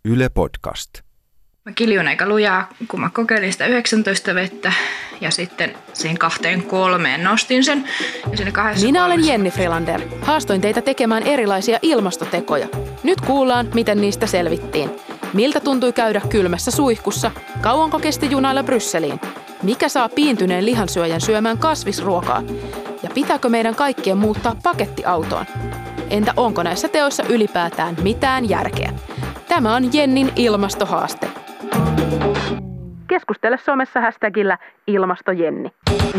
Yle Podcast. Mä kiljun aika lujaa, kun mä kokeilin sitä 19 vettä ja sitten siihen 2-3 nostin sen. Ja siinä Minä olen Jenni Frilander. Haastoin teitä tekemään erilaisia ilmastotekoja. Nyt kuullaan, miten niistä selvittiin. Miltä tuntui käydä kylmässä suihkussa? Kauanko kesti junailla Brysseliin? Mikä saa piintyneen lihansyöjän syömään kasvisruokaa? Ja pitääkö meidän kaikkien muuttaa pakettiautoon? Entä onko näissä teoissa ylipäätään mitään järkeä? Tämä on Jennin ilmastohaaste. Keskustele somessa hashtagillä ilmastojenni.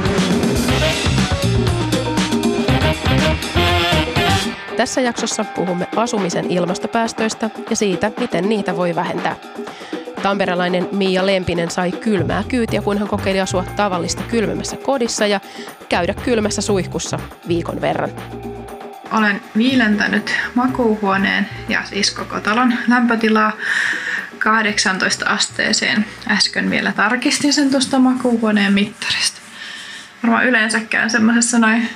Tässä jaksossa puhumme asumisen ilmastopäästöistä ja siitä, miten niitä voi vähentää. Tamperelainen Miia Lempinen sai kylmää kyytiä, kun hän kokeili asua tavallista kylmemmässä kodissa ja käydä kylmässä suihkussa viikon verran. Olen viilentänyt makuuhuoneen ja siis koko talon lämpötilaa 18 asteeseen. Äsken vielä tarkistin sen tuosta makuuhuoneen mittarista. Varmaan yleensä käyn semmoisessa noin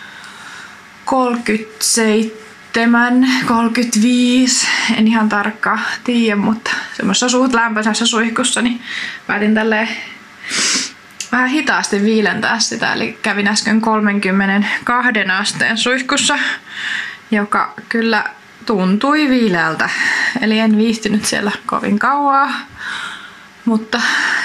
37, 35, en ihan tarkkaan tiedä, mutta semmoisessa suht lämpöisessä suihkussa niin päätin tälleen vähän hitaasti viilentää sitä, eli kävin äsken 32 asteen suihkussa, joka kyllä tuntui viileältä. Eli en viihtynyt siellä kovin kauaa, mutta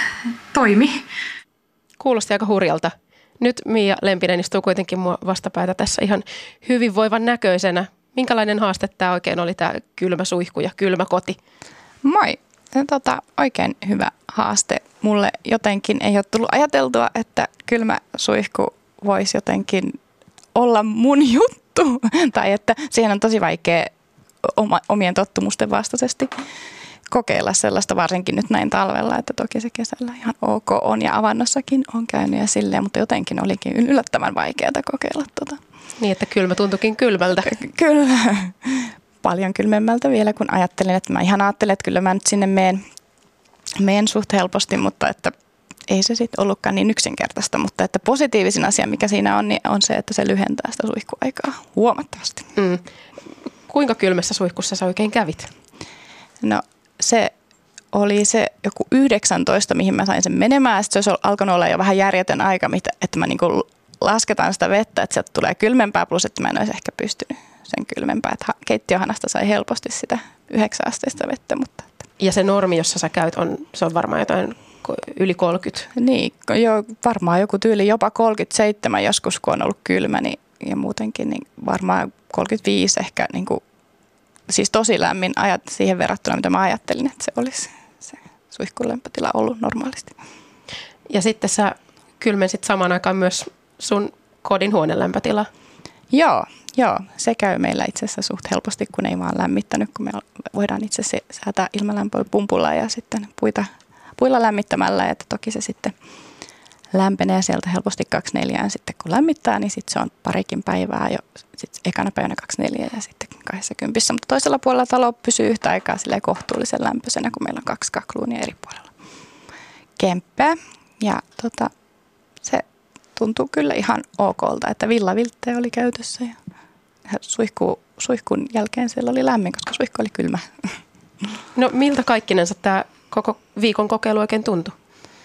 toimi. Kuulosti aika hurjalta. Nyt Miia Lempinen istuu kuitenkin mua vastapäätä tässä ihan hyvinvoivan näköisenä. Minkälainen haaste tämä oikein oli, tämä kylmä suihku ja kylmä koti? Moi. Oikein hyvä haaste. Mulle jotenkin ei ole tullut ajateltua, että kylmä suihku voisi jotenkin olla mun juttu. Tai että siihen on tosi vaikea omien tottumusten vastaisesti kokeilla sellaista, varsinkin nyt näin talvella, että toki se kesällä ihan ok on ja avannossakin on käynyt ja silleen, mutta jotenkin olikin yllättävän vaikeaa kokeilla Niin, että kylmä tuntuikin kylmältä. Kyllä. Paljon kylmemmältä vielä, kun ajattelin, että mä ihan ajattelin, että kyllä mä nyt sinne meen suht helposti, mutta että ei se sitten ollutkaan niin yksinkertaista, mutta että positiivisin asia, mikä siinä on, niin on se, että se lyhentää sitä suihkuaikaa huomattavasti. Kuinka kylmässä suihkussa sä oikein kävit? No se oli se joku 19, mihin mä sain sen menemään, ja sitten se olisi alkanut olla jo vähän järjetön aika, että mä niinku lasketaan sitä vettä, että sieltä tulee kylmempää, plus että mä en olisi ehkä pystynyt sen kylmempää, että keittiöhanasta sai helposti sitä 9 asteista vettä. Mutta ja se normi, jossa sä käyt, se on varmaan jotain yli 30? Niin, varmaan joku tyyli jopa 37 joskus, kun on ollut kylmä, niin, ja muutenkin niin varmaan 35 ehkä, niin kuin, siis tosi lämmin ajat siihen verrattuna, mitä mä ajattelin, että se olisi se suihkun lämpötila ollut normaalisti. Ja sitten sä kylmensit samaan aikaan myös sun kodin huoneen lämpötila? Joo, se käy meillä itse asiassa suht helposti, kun ei vaan lämmittänyt, kun me voidaan itse säätää ilmalämpöä pumpulla ja sitten puilla lämmittämällä, että toki se sitten lämpenee sieltä helposti 24 sitten kun lämmittää, niin sitten se on parikin päivää jo, sitten ekana päivänä 24 ja sitten 20, mutta toisella puolella talo pysyy yhtä aikaa silleen kohtuullisen lämpöisenä, kun meillä on 2 kakluunia eri puolella kemppää ja se tuntuu kyllä ihan okolta, että villavilttejä oli käytössä ja suihkun jälkeen siellä oli lämmin, koska suihku oli kylmä. No miltä kaikkinensa tämä koko viikon kokeilu oikein tuntui?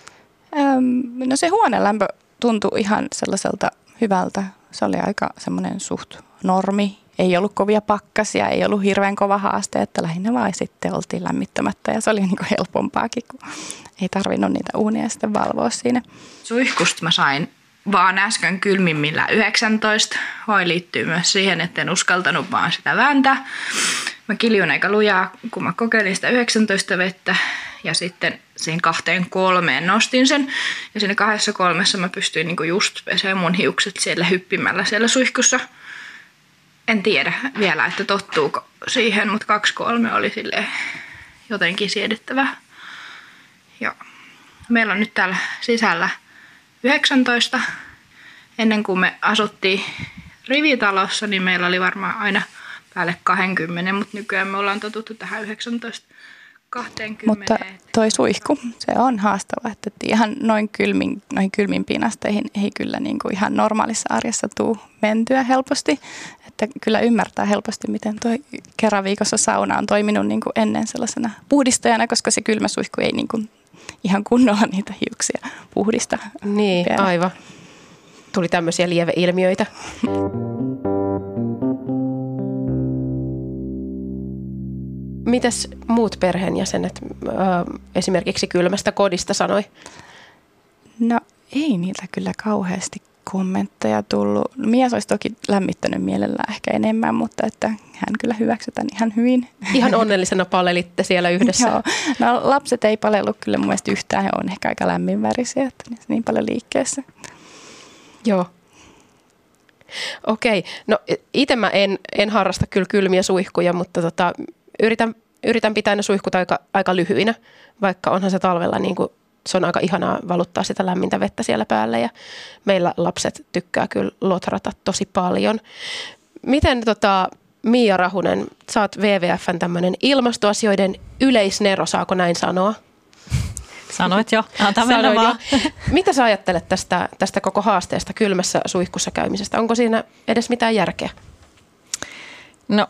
No se huoneen lämpö tuntui ihan sellaiselta hyvältä. Se oli aika semmoinen suht normi. Ei ollut kovia pakkasia, ei ollut hirveän kova haaste, että lähinnä vaan sitten oltiin lämmittämättä ja se oli niin kuin helpompaakin, kun ei tarvinnut niitä uunia sitten valvoa siinä. Suihkusta mä sain vaan äsken kylmimmillä 19. Voi liittyy myös siihen, että en uskaltanut vaan sitä vääntää. Mä kiljun aika lujaa, kun mä kokeilin sitä 19 vettä ja sitten siihen 2-3 nostin sen. Ja siinä 2-3 mä pystyin niinku just pesemään mun hiukset siellä hyppimällä siellä suihkussa. En tiedä vielä, että tottuuko siihen, mutta 2-3 oli silleen jotenkin siedettävää. Ja meillä on nyt täällä sisällä 19. Ennen kuin me asuttiin rivitalossa, niin meillä oli varmaan aina päälle 20, mutta nykyään me ollaan totuttu tähän 19 20. Mutta toi suihku, se on haastava, että ihan noihin kylmimpiin asteihin ei kyllä niin kuin ihan normaalissa arjessa tule mentyä helposti. Että kyllä ymmärtää helposti, miten toi kerran viikossa sauna on toiminut niin kuin ennen sellaisena puhdistajana, koska se kylmä suihku ei niin kuin ihan kunnolla niitä hiuksia puhdista. Niin, vielä. aivan. Tuli tämmöisiä lieveilmiöitä. Mitäs muut perheenjäsenet esimerkiksi kylmästä kodista sanoi? No ei niiltä kyllä kauheasti kommentteja tullut. Mies olisi toki lämmittänyt mielellään ehkä enemmän, mutta että hän kyllä hyväksytään ihan hyvin. Ihan onnellisena palelitte siellä yhdessä. Joo. No lapset ei palellut kyllä mun mielestä yhtään. He on ehkä aika lämminvärisiä, että niin paljon liikkeessä. Joo. Okei. No itse mä en harrasta kyllä kylmiä suihkuja, mutta yritän pitää ne suihkut aika lyhyinä, vaikka onhan se talvella niin kuin, se on aika ihanaa valuttaa sitä lämmintä vettä siellä päälle ja meillä lapset tykkää kyllä lotrata tosi paljon. Miten Mia Rahunen, sä oot WWF:n tämmöinen ilmastoasioiden yleisnero, saako näin sanoa? Sanoit jo, antaa mennä vaan. Mitä sä ajattelet tästä koko haasteesta kylmässä suihkussa käymisestä? Onko siinä edes mitään järkeä? No,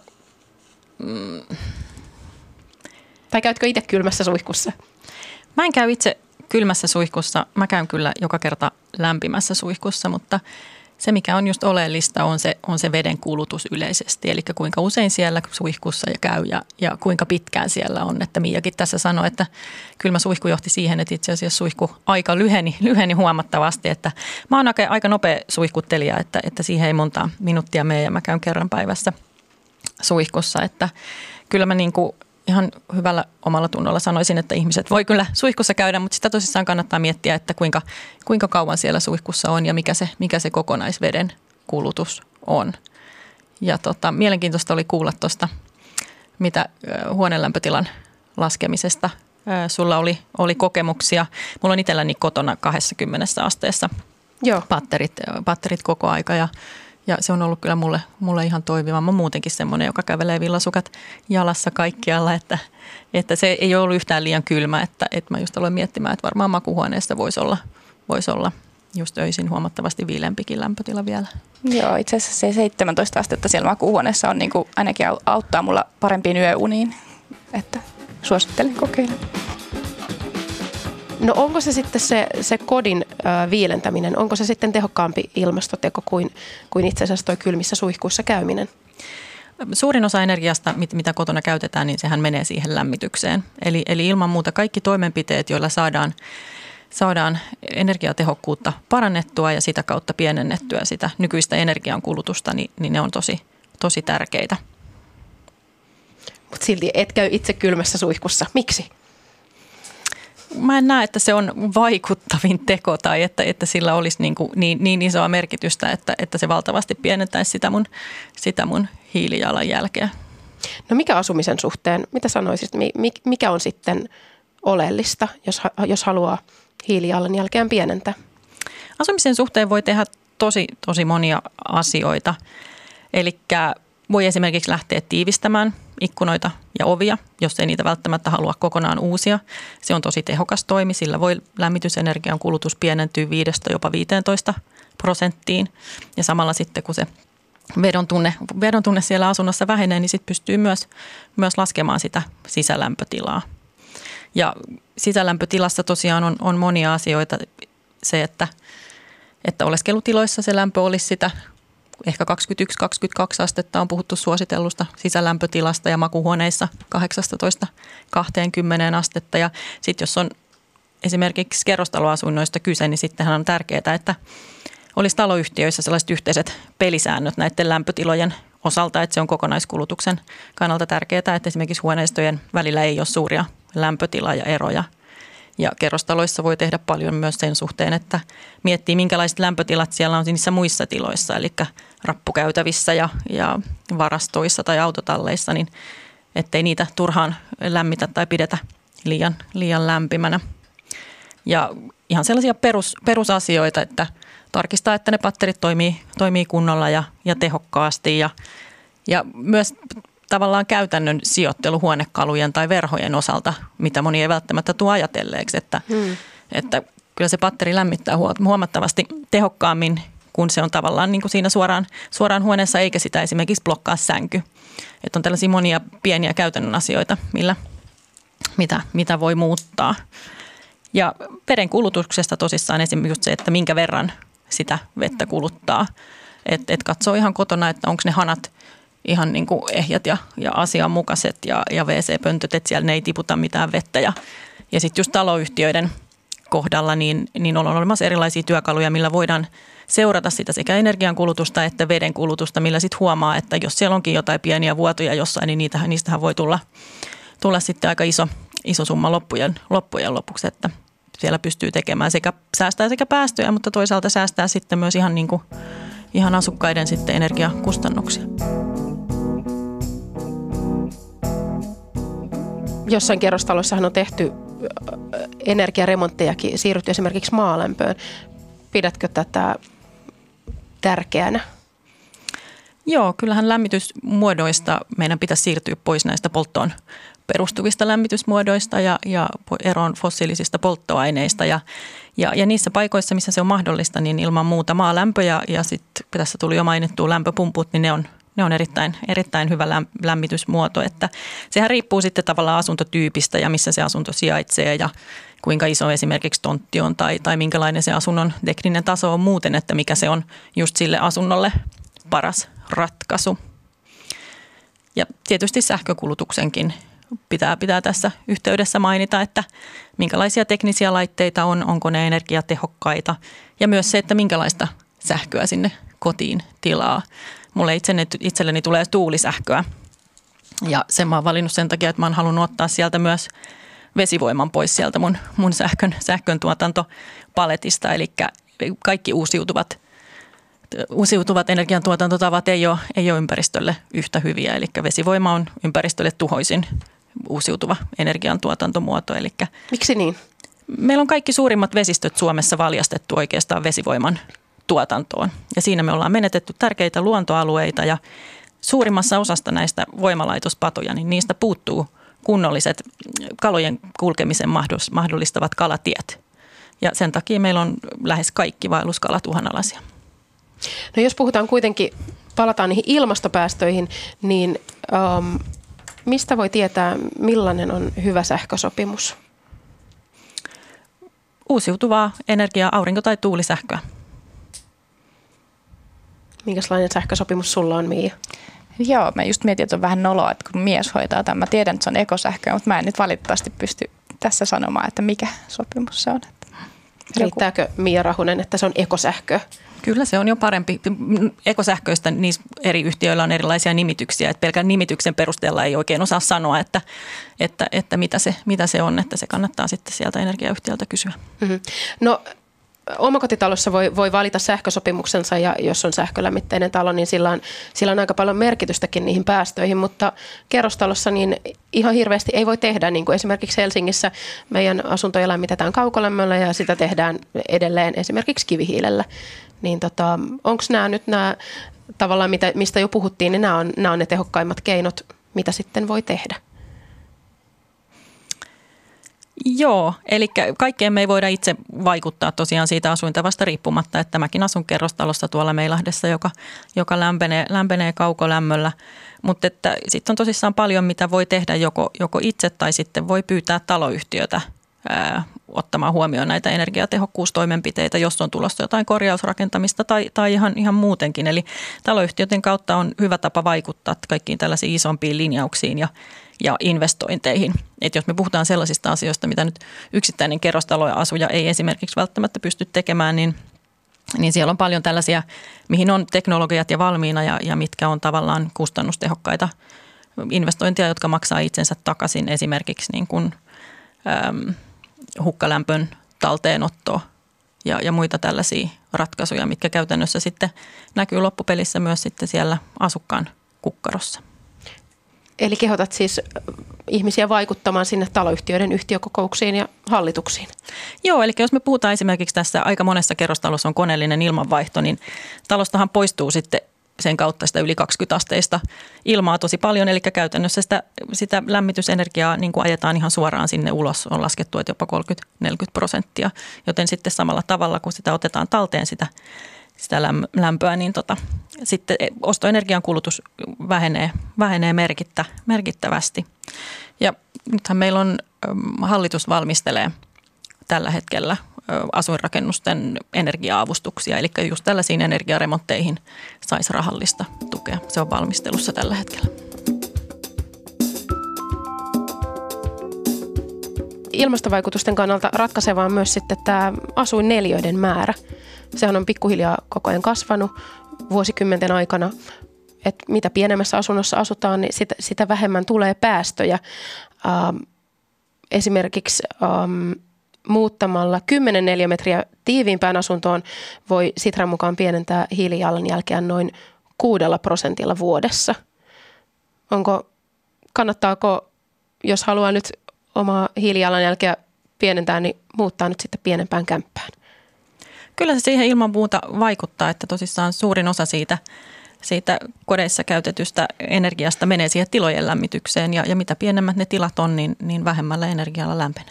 Tai käytkö itse kylmässä suihkussa? mä en käy itse kylmässä suihkussa. Mä käyn kyllä joka kerta lämpimässä suihkussa, mutta se mikä on just oleellista on se veden kulutus yleisesti. Eli kuinka usein siellä suihkussa käy ja kuinka pitkään siellä on. Että Miakin tässä sanoi, että kylmä suihku johti siihen, että itse asiassa suihkuaika lyheni huomattavasti. Että mä oon aika nopea suihkuttelija, että siihen ei monta minuuttia mene ja mä käyn kerran päivässä suihkussa. Että kyllä mä niinku ihan hyvällä omalla tunnolla sanoisin, että ihmiset voi kyllä suihkussa käydä, mutta sitä tosissaan kannattaa miettiä, että kuinka kauan siellä suihkussa on ja mikä se kokonaisveden kulutus on. Ja mielenkiintoista oli kuulla tuosta, mitä huoneen lämpötilan laskemisesta sulla oli kokemuksia. Mulla on itselläni kotona 20 asteessa Joo. patterit koko aika ja se on ollut kyllä mulle ihan toimiva. Mä oon muutenkin semmoinen, joka kävelee villasukat jalassa kaikkialla, että se ei ole ollut yhtään liian kylmä. Että mä just aloin miettimään, että varmaan makuuhuoneessa voisi olla just öisin huomattavasti viileämpikin lämpötila vielä. Joo, itse asiassa se 17 astetta siellä makuuhuoneessa on niin kuin ainakin auttaa mulla parempiin yöuniin, että suosittelen kokeilla. No onko se sitten se kodin viilentäminen, onko se sitten tehokkaampi ilmastoteko kuin itse asiassa toi kylmissä suihkuissa käyminen? Suurin osa energiasta, mitä kotona käytetään, niin sehän menee siihen lämmitykseen. Eli ilman muuta kaikki toimenpiteet, joilla saadaan energiatehokkuutta parannettua ja sitä kautta pienennettyä sitä nykyistä energiankulutusta, niin ne on tosi tärkeitä. Mutta silti et käy itse kylmässä suihkussa. Miksi? Mä en näe, että se on vaikuttavin teko tai että sillä olisi niin isoa merkitystä, että se valtavasti pienentäisi sitä mun hiilijalanjälkeä. No mikä asumisen suhteen, mitä sanoisit, mikä on sitten oleellista, jos haluaa hiilijalanjälkeään pienentää? Asumisen suhteen voi tehdä tosi monia asioita. Eli voi esimerkiksi lähteä tiivistämään ikkunoita ja ovia, jos ei niitä välttämättä halua kokonaan uusia. Se on tosi tehokas toimi, sillä voi lämmitysenergian kulutus pienentyä 5–15%. Ja samalla sitten kun se vedon tunne siellä asunnossa vähenee, niin sitten pystyy myös laskemaan sitä sisälämpötilaa. Ja sisälämpötilassa tosiaan on monia asioita. Se, että oleskelutiloissa se lämpö olisi sitä ehkä 21–22 astetta on puhuttu suositellusta sisälämpötilasta ja makuuhuoneissa 18–20 astetta. Ja sitten jos on esimerkiksi kerrostaloasunnoista kyse, niin sittenhän on tärkeää, että olisi taloyhtiöissä sellaiset yhteiset pelisäännöt näiden lämpötilojen osalta, että se on kokonaiskulutuksen kannalta tärkeää, että esimerkiksi huoneistojen välillä ei ole suuria lämpötilaeroja. Ja kerrostaloissa voi tehdä paljon myös sen suhteen, että miettii minkälaiset lämpötilat siellä on niissä muissa tiloissa, eli rappukäytävissä ja varastoissa tai autotalleissa, niin ettei niitä turhaan lämmitä tai pidetä liian lämpimänä. Ja ihan sellaisia perusasioita, että tarkistaa, että ne patterit toimii kunnolla ja tehokkaasti ja myös tavallaan käytännön sijoittelu huonekalujen tai verhojen osalta, mitä moni ei välttämättä tule ajatelleeksi, että kyllä se patteri lämmittää huomattavasti tehokkaammin, kun se on tavallaan niin kuin siinä suoraan huoneessa, eikä sitä esimerkiksi blokkaa sänky. Että on tällaisia monia pieniä käytännön asioita, mitä voi muuttaa. Ja veden kulutuksesta tosissaan esimerkiksi just se, että minkä verran sitä vettä kuluttaa. Et katsoo ihan kotona, että onko ne hanat ihan niin kuin ehjät ja asianmukaiset ja WC-pöntöt, että siellä ne ei tiputa mitään vettä. Ja sitten just taloyhtiöiden kohdalla niin on olemassa erilaisia työkaluja, millä voidaan seurata sitä sekä energiankulutusta että veden kulutusta, millä sitten huomaa, että jos siellä onkin jotain pieniä vuotoja jossain, niin niistähän voi tulla sitten aika iso summa loppujen lopuksi, että siellä pystyy tekemään säästää sekä päästöjä, mutta toisaalta säästää sitten myös ihan asukkaiden sitten energiakustannuksia. Jossain kerrostalossahan on tehty energiaremonttejakin, siirrytty esimerkiksi maalämpöön. Pidätkö tätä tärkeänä? Joo, kyllähän lämmitysmuodoista meidän pitäisi siirtyä pois näistä polttoon perustuvista lämmitysmuodoista ja eroon fossiilisista polttoaineista. Ja niissä paikoissa, missä se on mahdollista, niin ilman muuta maalämpö ja sitten tässä tuli jo mainittua lämpöpumput, niin ne on erittäin hyvä lämmitysmuoto. Että sehän riippuu sitten tavallaan asuntotyypistä ja missä se asunto sijaitsee ja kuinka iso esimerkiksi tontti on tai minkälainen se asunnon tekninen taso on muuten, että mikä se on just sille asunnolle paras ratkaisu. Ja tietysti sähkökulutuksenkin pitää tässä yhteydessä mainita, että minkälaisia teknisiä laitteita on, onko ne energiatehokkaita ja myös se, että minkälaista sähköä sinne kotiin tilaa. Mulle itselleni tulee tuulisähköä ja sen mä oon valinnut sen takia, että mä oon halunnut ottaa sieltä myös vesivoiman pois sieltä mun sähkön tuotantopaletista, eli kaikki uusiutuvat energiantuotantotavat ei ole ympäristölle yhtä hyviä, eli vesivoima on ympäristölle tuhoisin uusiutuva energiantuotantomuoto. Miksi niin? Meillä on kaikki suurimmat vesistöt Suomessa valjastettu oikeastaan vesivoiman tuotantoon. Ja siinä me ollaan menetetty tärkeitä luontoalueita ja suurimmassa osasta näistä voimalaitospatoja, niin niistä puuttuu kunnolliset kalojen kulkemisen mahdollistavat kalatiet. Ja sen takia meillä on lähes kaikki vaelluskalat uhanalaisia. No jos puhutaan kuitenkin, palataan niihin ilmastopäästöihin, niin mistä voi tietää, millainen on hyvä sähkösopimus? Uusiutuvaa energiaa, aurinko- tai tuulisähköä. Minkälainen sähkösopimus sulla on, Miia? Joo, mä just mietin, että on vähän noloa, että kun mies hoitaa tämän. Mä tiedän, että se on ekosähköä, mutta mä en nyt valitettavasti pysty tässä sanomaan, että mikä sopimus se on. Riittääkö Miia Rahunen, että se on ekosähkö? Kyllä se on jo parempi. Ekosähköistä niissä eri yhtiöillä on erilaisia nimityksiä, että pelkän nimityksen perusteella ei oikein osaa sanoa, että mitä se on, että se kannattaa sitten sieltä energiayhtiöltä kysyä. Mm-hmm. No omakotitalossa voi valita sähkösopimuksensa ja jos on sähkölämmitteinen talo, niin sillä on aika paljon merkitystäkin niihin päästöihin, mutta kerrostalossa niin ihan hirveästi ei voi tehdä, niin kuin esimerkiksi Helsingissä meidän asuntoja lämmitetään kaukolämmöllä ja sitä tehdään edelleen esimerkiksi kivihiilellä. Niin onko nämä tavallaan, mistä jo puhuttiin, niin nämä on ne tehokkaimmat keinot, mitä sitten voi tehdä? Joo, eli kaikkeen me ei voida itse vaikuttaa tosiaan siitä asuintavasta riippumatta, että mäkin asun kerrostalossa tuolla Meilahdessa, joka lämpenee kaukolämmöllä, mutta sitten on tosissaan paljon, mitä voi tehdä joko itse tai sitten voi pyytää taloyhtiötä ottamaan huomioon näitä energiatehokkuustoimenpiteitä, jos on tulossa jotain korjausrakentamista tai ihan muutenkin. Eli taloyhtiöiden kautta on hyvä tapa vaikuttaa kaikkiin tällaisiin isompiin linjauksiin ja investointeihin. Et jos me puhutaan sellaisista asioista, mitä nyt yksittäinen kerrostaloasuja ei esimerkiksi välttämättä pysty tekemään, niin siellä on paljon tällaisia, mihin on teknologiat ja valmiina ja mitkä on tavallaan kustannustehokkaita investointeja, jotka maksaa itsensä takaisin esimerkiksi niin kuin hukkalämpön talteenotto ja muita tällaisia ratkaisuja, mitkä käytännössä sitten näkyy loppupelissä myös sitten siellä asukkaan kukkarossa. Eli kehotat siis ihmisiä vaikuttamaan sinne taloyhtiöiden yhtiökokouksiin ja hallituksiin? Joo, eli jos me puhutaan esimerkiksi tässä, aika monessa kerrostalossa on koneellinen ilmanvaihto, niin talostahan poistuu sitten sen kautta sitä yli 20-asteista ilmaa tosi paljon. Eli käytännössä sitä lämmitysenergiaa niin kuin ajetaan ihan suoraan sinne ulos. On laskettu, että jopa 30-40%. Joten sitten samalla tavalla, kun sitä otetaan talteen sitä lämpöä, niin sitten ostoenergian kulutus vähenee merkittävästi. Ja nythän meillä on, hallitus valmistelee tällä hetkellä asuinrakennusten energia-avustuksia, eli just tällaisiin energiaremontteihin saisi rahallista tukea. Se on valmistelussa tällä hetkellä. Ilmastovaikutusten kannalta ratkaisevaa on myös sitten tämä asuinneliöiden määrä. Sehän on pikkuhiljaa koko ajan kasvanut vuosikymmenten aikana. Että mitä pienemmässä asunnossa asutaan, niin sitä vähemmän tulee päästöjä. Esimerkiksi muuttamalla 10 neliömetriä tiiviimpään asuntoon voi Sitran mukaan pienentää hiilijalanjälkeä noin 6% vuodessa. Kannattaako, jos haluaa nyt omaa hiilijalanjälkeä pienentää, niin muuttaa nyt sitten pienempään kämppään? Kyllä se siihen ilman muuta vaikuttaa, että tosissaan suurin osa siitä kodeissa käytetystä energiasta menee siihen tilojen lämmitykseen ja mitä pienemmät ne tilat on, niin vähemmällä energialla lämpenee.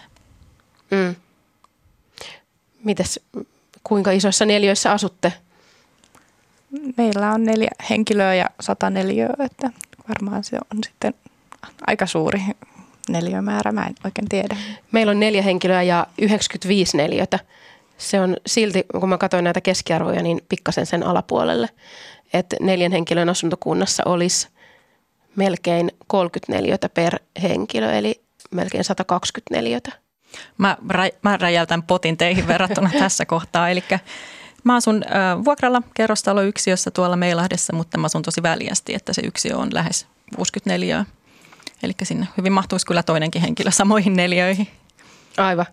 Mites, kuinka isoissa neliöissä asutte? Meillä on 4 henkilöä ja 100 neliöä, että varmaan se on sitten aika suuri neliömäärä, mä en oikein tiedä. Meillä on 4 henkilöä ja 95 neliötä. Se on silti, kun mä katsoin näitä keskiarvoja, niin pikkasen sen alapuolelle. Että 4 henkilön asuntokunnassa olisi melkein 30 neliötä per henkilö, eli melkein 120 neliötä. Mä räjältän potin teihin verrattuna tässä kohtaa. Eli mä asun vuokralla kerrostaloyksiössä tuolla Meilahdessa, mutta mä asun tosi väljästi, että se yksiö on lähes 64. Eli sinne hyvin mahtuisi kyllä toinenkin henkilö samoihin neliöihin. Aivan.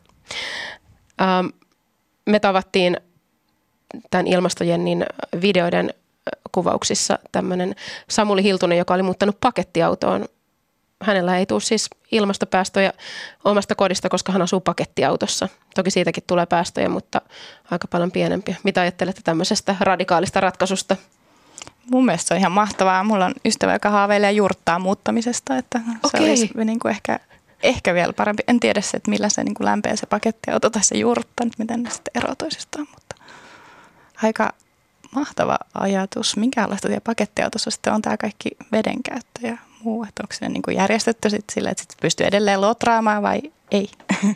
Me tavattiin tämän Ilmastojennin videoiden kuvauksissa tämmöinen Samuli Hiltunen, joka oli muuttanut pakettiautoon. Hänellä ei tule siis ilmastopäästöjä omasta kodista, koska hän asuu pakettiautossa. Toki siitäkin tulee päästöjä, mutta aika paljon pienempiä. Mitä ajattelette tämmöisestä radikaalista ratkaisusta? Mun mielestä se on ihan mahtavaa. Mulla on ystävä, joka haaveilee jurttaa muuttamisesta, että se olisi niin kuin ehkä vielä parempi. En tiedä se, että millä se niin kuin lämpeää se pakettiauto tai se jurtta, miten ne sitten eroaa toisistaan, mutta aika mahtava ajatus. Minkälaista siellä pakettiautossa sitten on tämä kaikki vedenkäyttö ja muu, että onko se niin kuin järjestetty sitten sillä, että sit pystyy edelleen lotraamaan vai ei?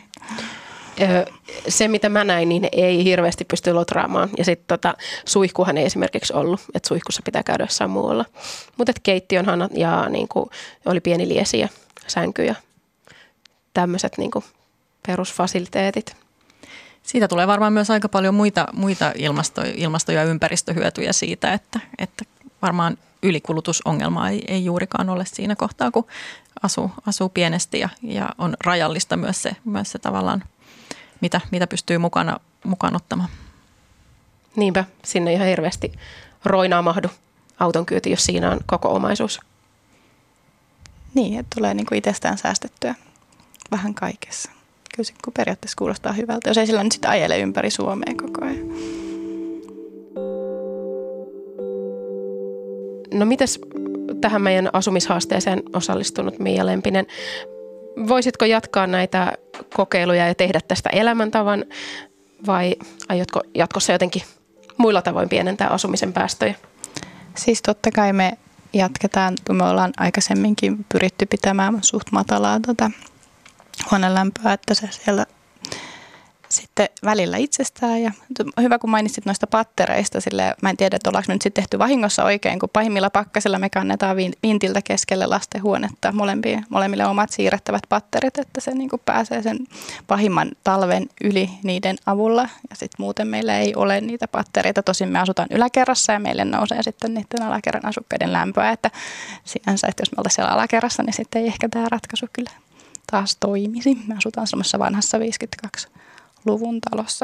Se, mitä mä näin, niin ei hirveästi pysty lotraamaan. Ja sitten suihkuhan ei esimerkiksi ollut, että suihkussa pitää käydä jossain muualla. Mutta keittiönhan ja niin kuin, oli pieni liesi ja sänky ja tämmöiset niin kuin perusfasiliteetit. Siitä tulee varmaan myös aika paljon muita ilmasto- ja ympäristöhyötyjä siitä, että varmaan ylikulutusongelma ei juurikaan ole siinä kohtaa, kun asuu pienesti ja on rajallista myös se tavallaan, mitä pystyy mukaan ottamaan. Niinpä, sinne ihan hirveästi roinaa mahdu auton kyyti, jos siinä on koko omaisuus. Niin, että tulee niin kuin itsestään säästettyä vähän kaikessa. Kyllä se periaatteessa kuulostaa hyvältä, jos ei sillä nyt sitten ajele ympäri Suomea koko ajan. No mites tähän meidän asumishaasteeseen osallistunut Miia Lempinen? Voisitko jatkaa näitä kokeiluja ja tehdä tästä elämäntavan vai aiotko jatkossa jotenkin muilla tavoin pienentää asumisen päästöjä? Siis totta kai me jatketaan, kun me ollaan aikaisemminkin pyritty pitämään suht matalaa huonelämpöä, että se siellä sitten välillä itsestään. Ja hyvä, kun mainitsit noista pattereista, sille mä en tiedä, että ollaanko nyt sitten tehty vahingossa oikein, kun pahimmilla pakkasilla me kannetaan vintiltä keskelle lastenhuonetta molemmille omat siirrettävät patterit, että se niin kuin pääsee sen pahimman talven yli niiden avulla. Ja sitten muuten meillä ei ole niitä pattereita. Tosin me asutaan yläkerrassa ja meille nousee sitten niiden alakerran asukkaiden lämpöä, että sinänsä, että jos me oltaisiin siellä alakerrassa, niin sitten ei ehkä tämä ratkaisu kyllä taas toimisi. Me asutaan semmoisessa vanhassa 52-luvun talossa.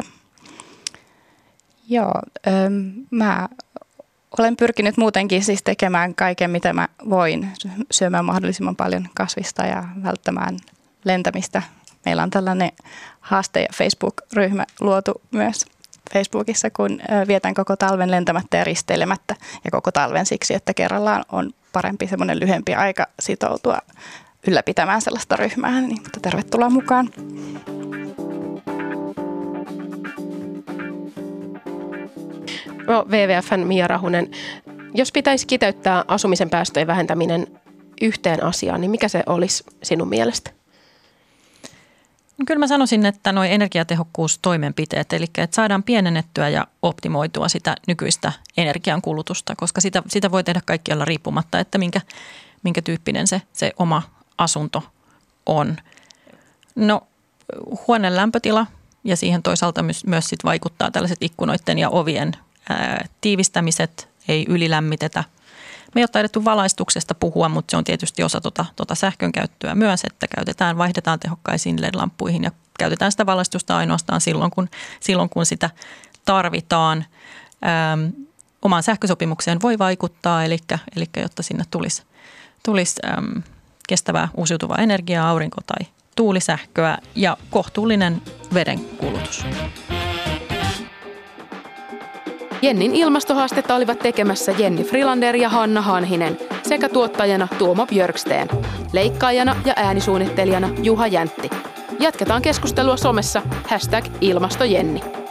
Joo, mä olen pyrkinyt muutenkin siis tekemään kaiken, mitä mä voin, syömään mahdollisimman paljon kasvista ja välttämään lentämistä. Meillä on tällainen haaste- ja Facebook-ryhmä luotu myös Facebookissa, kun vietän koko talven lentämättä ja risteilemättä ja koko talven siksi, että kerrallaan on parempi semmoinen lyhyempi aika sitoutua ylläpitämään sellaista ryhmää, niin tervetuloa mukaan. No, WWF:n Mia Rahunen, jos pitäisi kiteyttää asumisen päästöjen vähentäminen yhteen asiaan, niin mikä se olisi sinun mielestä? No, kyllä mä sanoisin, että nuo energiatehokkuustoimenpiteet, eli että saadaan pienennettyä ja optimoitua sitä nykyistä energiankulutusta, koska sitä voi tehdä kaikkialla riippumatta, että minkä tyyppinen se oma asunto on. No, huoneen lämpötila ja siihen toisaalta myös sit vaikuttaa tällaiset ikkunoiden ja ovien tiivistämiset, ei ylilämmitetä. Me ei ole taidettu valaistuksesta puhua, mutta se on tietysti osa tota sähkön käyttöä myös, että vaihdetaan tehokkaisiin LED-lamppuihin ja käytetään sitä valaistusta ainoastaan silloin, kun sitä tarvitaan. Omaan sähkösopimukseen voi vaikuttaa, eli jotta sinne tulisi kestävää uusiutuvaa energiaa, aurinko- tai tuulisähköä ja kohtuullinen vedenkulutus. Jennin ilmastohaastetta olivat tekemässä Jenni Frilander ja Hanna Hanhinen sekä tuottajana Tuomo Björksten, leikkaajana ja äänisuunnittelijana Juha Jäntti. Jatketaan keskustelua somessa #ilmastojenni.